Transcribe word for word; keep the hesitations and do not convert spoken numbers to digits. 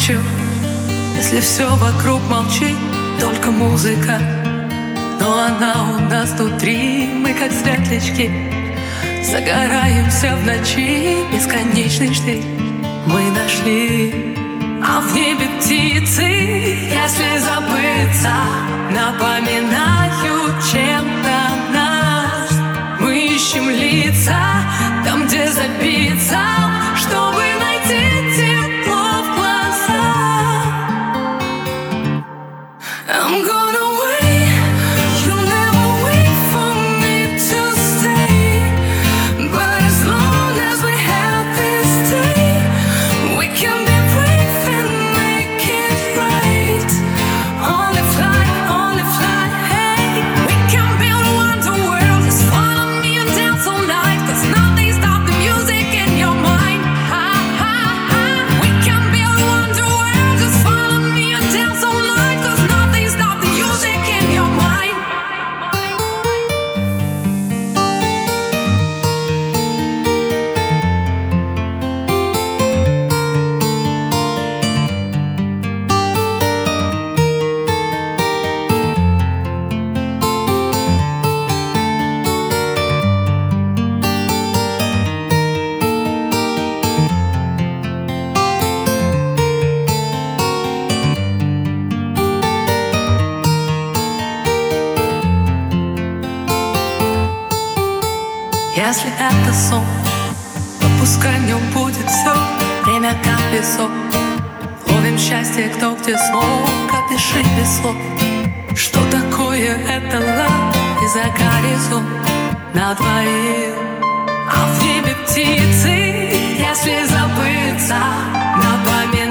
молчу, если все вокруг молчит, только музыка. Но она у нас внутри, мы как светлячки, загораемся в ночи, бесконечный штиль мы нашли. А в небе птицы, если забыться, напоминают чем-то нас. Мы ищем лица там, где забиться, чтобы найти тепло в глазах. I'm gonna wait, you'll never wait for me to stay. But as long as we have this day, we can be brave and make it right. Only fly, only fly, hey. We can build a wonder world, just follow me and dance all night. Cause nothing stops the music in your mind. Ha, ha, ha. We can build a wonder world, just follow me and dance all night. Cause nothing stops the music in your mind. Если это сон, то пускай в нем будет все. Время как песок, ловим счастье, кто где смог. Опиши без слов, что такое это лав. И за горизонт на двоих. А в небе птицы, если забыться, напоминай.